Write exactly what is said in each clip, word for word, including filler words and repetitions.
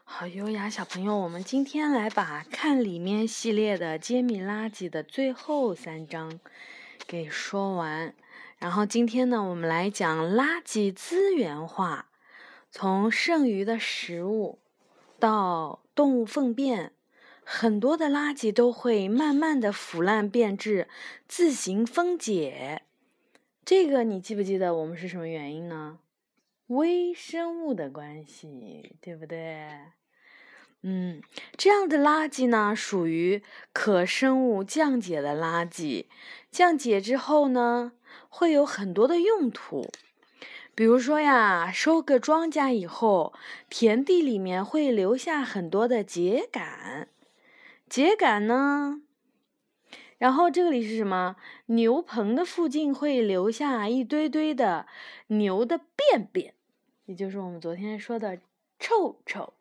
好，优雅小朋友，我们今天来把看里面系列的揭秘垃圾的最后三章给说完。然后今天呢，我们来讲垃圾资源化，从剩余的食物到动物粪便，很多的垃圾都会慢慢的腐烂变质，自行分解。这个你记不记得我们是什么原因呢？微生物的关系，对不对？嗯，这样的垃圾呢，属于可生物降解的垃圾。降解之后呢，会有很多的用途。比如说呀，收割庄稼以后，田地里面会留下很多的秸秆。秸秆呢，然后这里是什么？牛棚的附近会留下一堆堆的牛的便便，也就是我们昨天说的臭臭。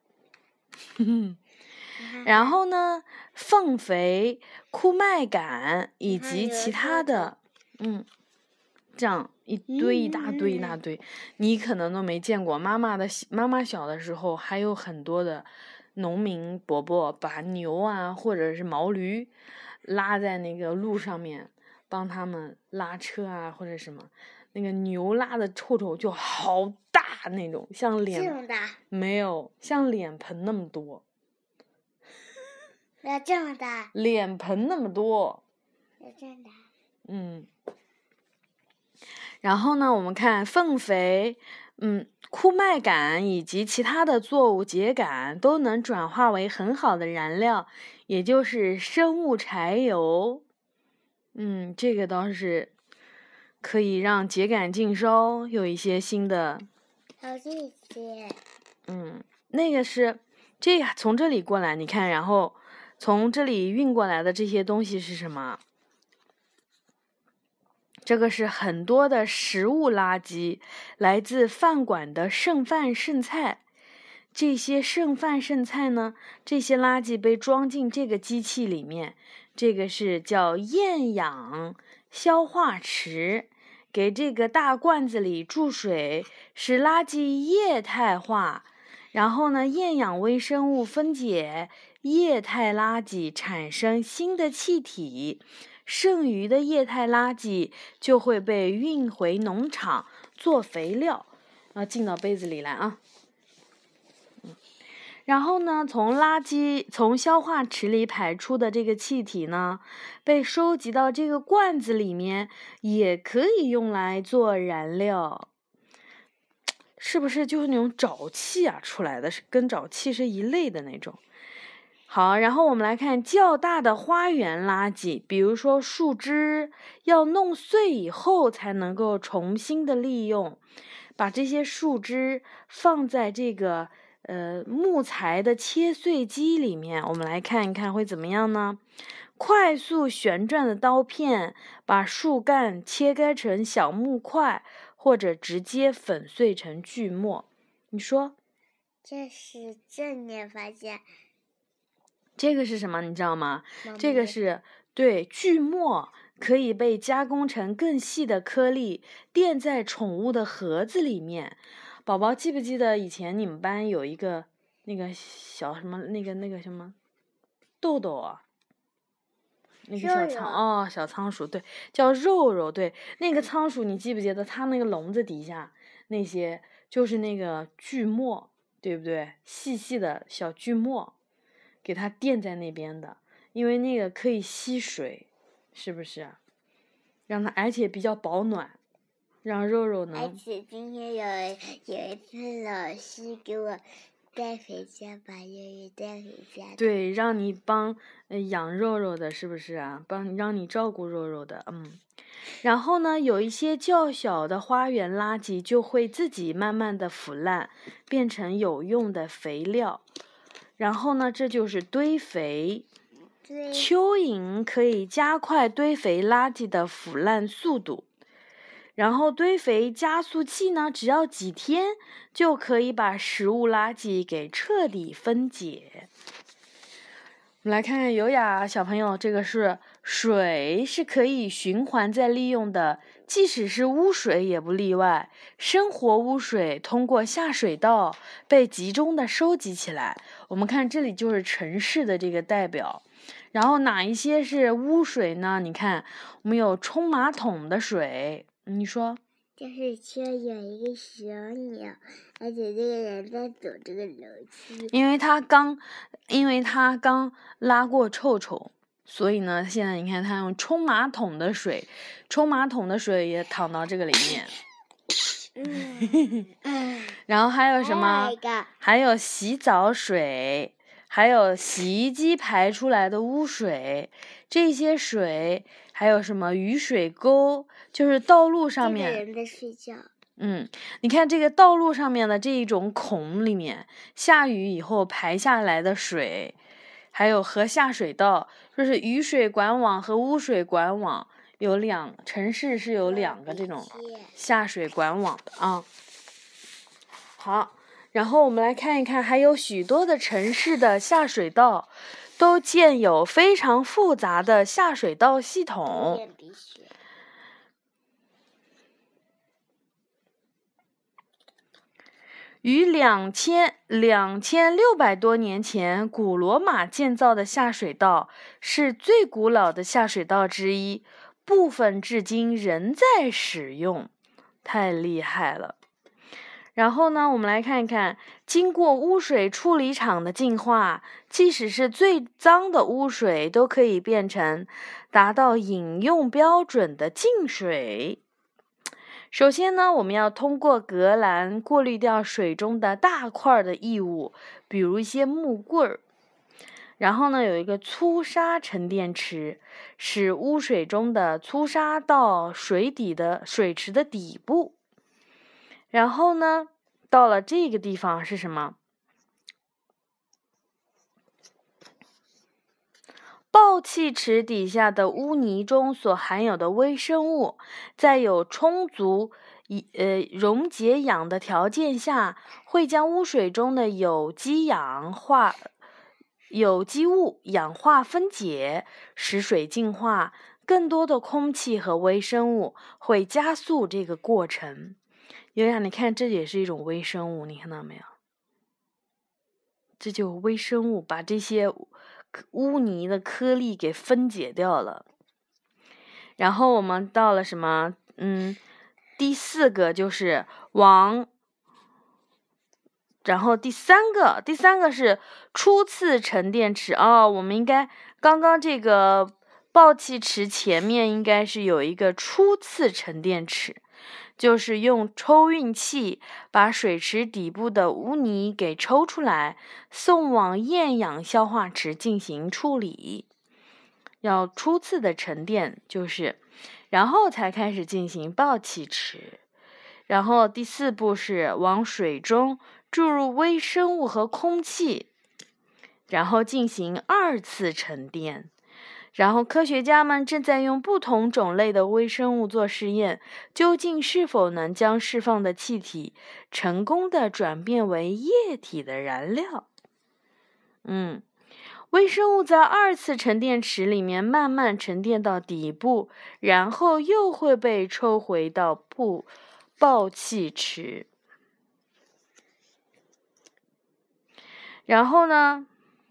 然后呢，粪肥、枯麦秆以及其他的，嗯，这样一堆一大堆一大堆，你可能都没见过。妈妈的妈妈小的时候，还有很多的农民伯伯把牛啊或者是毛驴拉在那个路上面，帮他们拉车啊或者什么。那个牛拉的臭臭就好大那种，像脸这么大？ 没有，像脸盆那么多。 要这么大？ 脸盆那么多。 要这么大？ 嗯。然后呢，我们看粪肥、嗯，枯麦秆以及其他的作物秸秆都能转化为很好的燃料，也就是生物柴油。嗯，这个倒是可以让秸秆劲烧有一些新的。 还有这些。 嗯，那个是这个从这里过来，你看，然后从这里运过来的这些东西是什么？这个是很多的食物垃圾，来自饭馆的剩饭剩菜。这些剩饭剩菜呢，这些垃圾被装进这个机器里面，这个是叫厌氧消化池，给这个大罐子里注水，使垃圾液态化。然后呢，厌氧微生物分解液态垃圾，产生新的气体。剩余的液态垃圾就会被运回农场做肥料，啊，进到杯子里来啊。嗯，然后呢，从垃圾从消化池里排出的这个气体呢，被收集到这个罐子里面，也可以用来做燃料。是不是就是那种沼气啊出来的，是跟沼气是一类的那种？好，然后我们来看较大的花园垃圾，比如说树枝，要弄碎以后才能够重新的利用。把这些树枝放在这个呃木材的切碎机里面，我们来看一看会怎么样呢？快速旋转的刀片把树干切开成小木块，或者直接粉碎成锯末。你说？ 这是正面发现。 这个是什么？你知道吗？ 妈妈这个是对锯末，可以被加工成更细的颗粒，垫在宠物的盒子里面。宝宝记不记得以前你们班有一个那个小什么那个那个什么豆豆啊？那个小仓哦，小仓鼠，对，叫肉肉，对，那个仓鼠你记不记得它那个笼子底下那些就是那个锯末，对不对？细细的小锯末。给它垫在那边的，因为那个可以吸水，是不是？让它而且比较保暖，让肉肉能。 而且今天有有一次老师给我带回家，把肉肉带回家。 对，让你帮、呃、养肉肉的，是不是啊？帮让你照顾肉肉的，嗯。然后呢，有一些较小的花园垃圾就会自己慢慢的腐烂，变成有用的肥料。然后呢，这就是堆肥。蚯蚓可以加快堆肥垃圾的腐烂速度。然后堆肥加速器呢，只要几天就可以把食物垃圾给彻底分解。我们来看看优雅小朋友，这个是水是可以循环再利用的即使是污水也不例外。生活污水通过下水道被集中的收集起来。我们看这里就是城市的这个代表。然后哪一些是污水呢？你看，我们有冲马桶的水，你说？ 就是说有一个小鸟，而且这个人在走这个楼梯。 因为他刚，因为他刚拉过臭臭，所以呢，现在你看他用冲马桶的水，冲马桶的水也淌到这个里面。 嗯、 然后还有什么？ 还有一个， 还有洗澡水。还有洗衣机排出来的污水，这些水还有什么雨水沟，就是道路上面。 这个人在睡觉。 嗯，你看这个道路上面的这一种孔里面，下雨以后排下来的水，还有和下水道，就是雨水管网和污水管网有两，城市是有两个这种下水管网的啊。好。然后我们来看一看，还有许多的城市的下水道都建有非常复杂的下水道系统。于两千两千六百多年前，古罗马建造的下水道是最古老的下水道之一，部分至今仍在使用，太厉害了。然后呢，我们来看一看，经过污水处理厂的净化，即使是最脏的污水都可以变成达到饮用标准的净水。首先呢，我们要通过隔栏过滤掉水中的大块的异物，比如一些木棍儿。然后呢，有一个粗沙沉淀池，使污水中的粗沙到水底的水池的底部。然后呢，到了这个地方是什么？爆气池底下的污泥中所含有的微生物，在有充足呃溶解氧的条件下，会将污水中的有机氧化有机物氧化分解，使水净化。更多的空气和微生物会加速这个过程。悠悠，你看，这也是一种微生物，你看到没有？这就微生物把这些污泥的颗粒给分解掉了。然后我们到了什么？嗯，第四个就是往，然后第三个，第三个是初次沉淀池。哦，我们应该刚刚这个爆气池前面应该是有一个初次沉淀池。就是用抽运器把水池底部的污泥给抽出来，送往厌氧消化池进行处理。要初次的沉淀，就是然后才开始进行爆气池。然后第四步是往水中注入微生物和空气，然后进行二次沉淀。然后科学家们正在用不同种类的微生物做实验，究竟是否能将释放的气体成功的转变为液体的燃料。嗯，微生物在二次沉淀池里面慢慢沉淀到底部，然后又会被抽回到不爆气池。然后呢，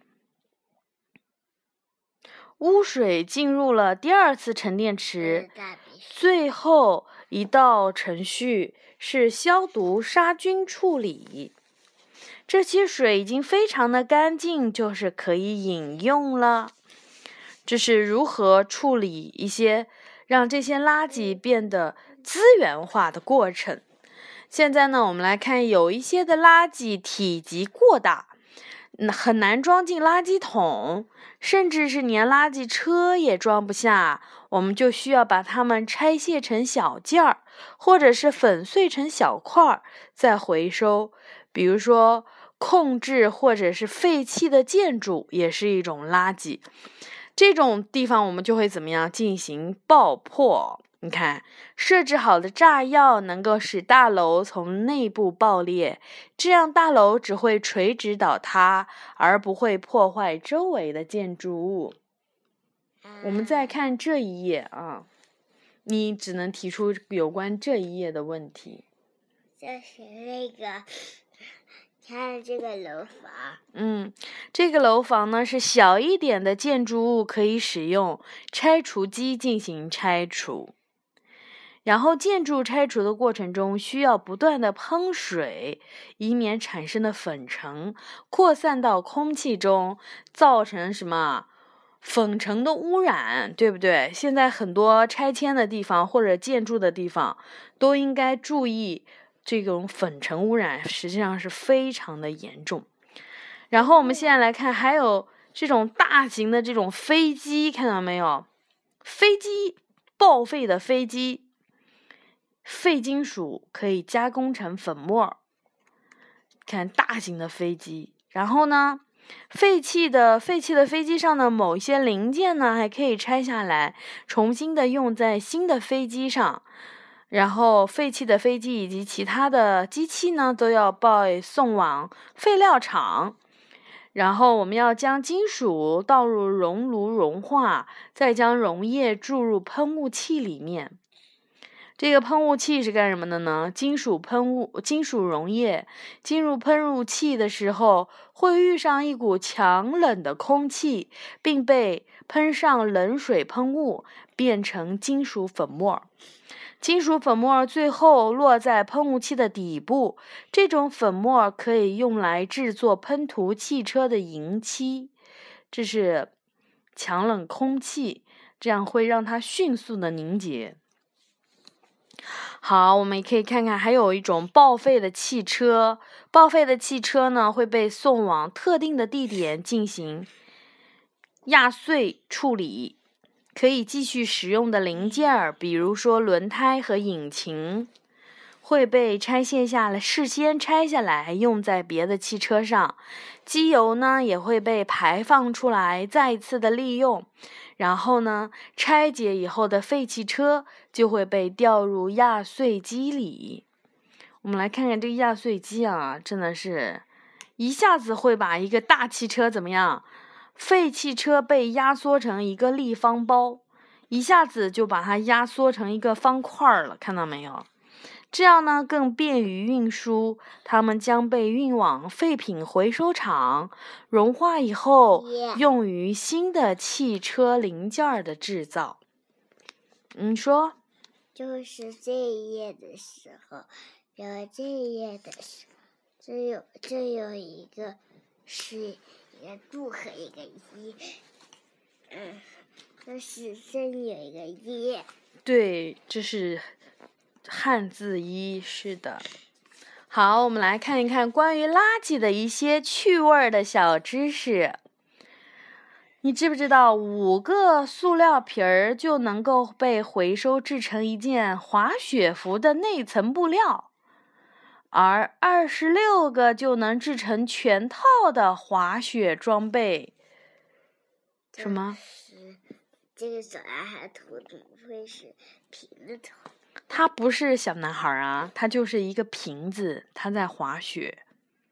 污水进入了第二次沉淀池，最后一道程序是消毒杀菌处理。这些水已经非常的干净，就是可以饮用了。这是如何处理一些让这些垃圾变得资源化的过程。现在呢，我们来看有一些的垃圾体积过大，很难装进垃圾桶，甚至是连垃圾车也装不下，我们就需要把它们拆卸成小件儿，或者是粉碎成小块儿，再回收。比如说空置或者是废弃的建筑也是一种垃圾，这种地方我们就会怎么样进行爆破。你看，设置好的炸药能够使大楼从内部爆裂，这样大楼只会垂直倒塌，而不会破坏周围的建筑物。我们再看这一页啊， 你只能提出有关这一页的问题。 就是那个，看这个楼房。 嗯，这个楼房呢是小一点的建筑物可以使用拆除机进行拆除。然后建筑拆除的过程中需要不断的喷水，以免产生的粉尘扩散到空气中，造成什么粉尘的污染，对不对？现在很多拆迁的地方或者建筑的地方都应该注意这种粉尘污染，实际上是非常的严重。然后我们现在来看，还有这种大型的这种飞机，看到没有？飞机报废的飞机。废金属可以加工成粉末，看大型的飞机。然后呢，废弃的废弃的飞机上的某一些零件呢，还可以拆下来，重新的用在新的飞机上。然后废弃的飞机以及其他的机器呢，都要被送往废料厂。然后我们要将金属倒入熔炉融化，再将溶液注入喷雾器里面。这个喷雾器是干什么的呢？金属喷雾、金属溶液进入喷雾器的时候，会遇上一股强冷的空气，并被喷上冷水喷雾，变成金属粉末。金属粉末最后落在喷雾器的底部，这种粉末可以用来制作喷涂汽车的银漆。这是强冷空气，这样会让它迅速的凝结。好，我们也可以看看，还有一种报废的汽车。报废的汽车呢，会被送往特定的地点进行压碎处理。可以继续使用的零件，比如说轮胎和引擎，会被拆卸下来，事先拆下来用在别的汽车上。机油呢，也会被排放出来，再一次的利用。然后呢，拆解以后的废汽车就会被掉入压碎机里。我们来看看这个压碎机啊，真的是一下子会把一个大汽车怎么样？废汽车被压缩成一个立方包，一下子就把它压缩成一个方块了，看到没有？这样呢，更便于运输，它们将被运往废品回收厂，融化以后用于新的汽车零件的制造。你说？ 就是这一页的时候，然后这一页的时候，这有这有一个是一个度和一个一，嗯，就是这里有一个一。 对，这是汉字一，是的。好，我们来看一看关于垃圾的一些趣味的小知识。你知不知道五个塑料瓶儿就能够被回收制成一件滑雪服的内层布料，而二十六个就能制成全套的滑雪装备？什么？ 这个小男孩头怎么会是瓶子头？ 他不是小男孩啊，他就是一个瓶子，他在滑雪。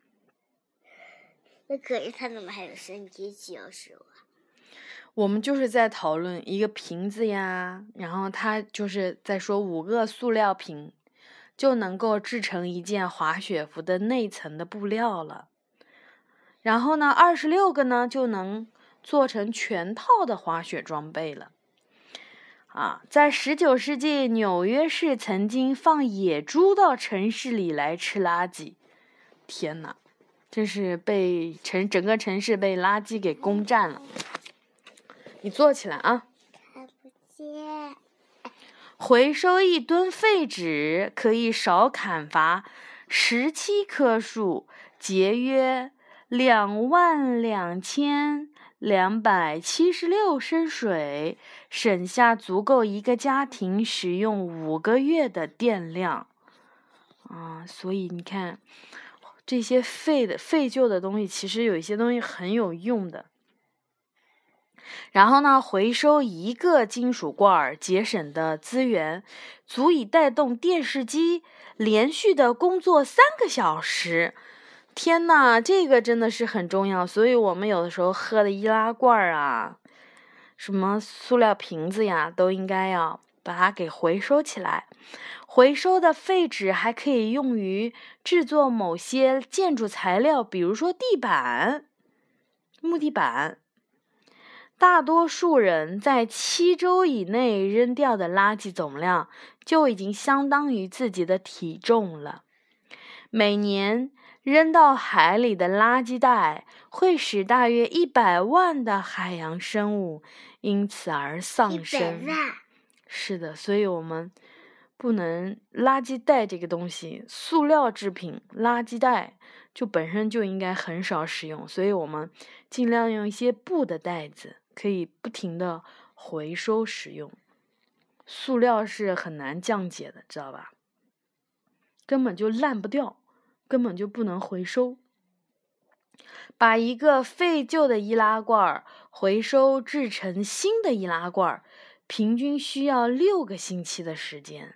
那可是他怎么还有身体起要手啊？ 我们就是在讨论一个瓶子呀，然后他就是在说五个塑料瓶就能够制成一件滑雪服的内层的布料了。然后呢，二十六个呢就能做成全套的滑雪装备了。啊，在十九世纪，纽约市曾经放野猪到城市里来吃垃圾。天哪，真是被城整个城市被垃圾给攻占了。你坐起来啊！ 看不见。 回收一吨废纸可以少砍伐十七棵树，节约两万两千两百七十六升水，省下足够一个家庭使用五个月的电量。啊，所以你看，这些废的废旧的东西，其实有一些东西很有用的。然后呢，回收一个金属罐节省的资源，足以带动电视机连续的工作三个小时。天呐，这个真的是很重要，所以我们有的时候喝的易拉罐啊，什么塑料瓶子呀，都应该要把它给回收起来。回收的废纸还可以用于制作某些建筑材料，比如说地板、木地板。大多数人在七周以内扔掉的垃圾总量就已经相当于自己的体重了。每年扔到海里的垃圾袋会使大约一百万的海洋生物因此而丧生。 一百万。 是的，所以我们不能垃圾袋这个东西，塑料制品垃圾袋就本身就应该很少使用，所以我们尽量用一些布的袋子，可以不停的回收使用。塑料是很难降解的，知道吧？根本就烂不掉，根本就不能回收。把一个废旧的易拉罐回收制成新的易拉罐，平均需要六个星期的时间。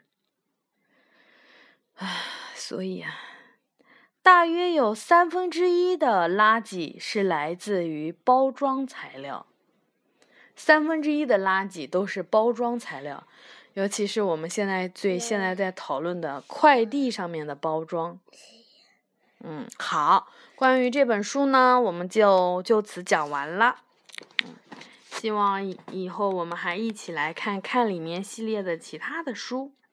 唉，所以啊，大约有三分之一的垃圾是来自于包装材料。三分之一的垃圾都是包装材料，尤其是我们现在最现在在讨论的快递上面的包装。嗯，好，关于这本书呢，我们就就此讲完了。嗯，希望以以后我们还一起来看看里面系列的其他的书。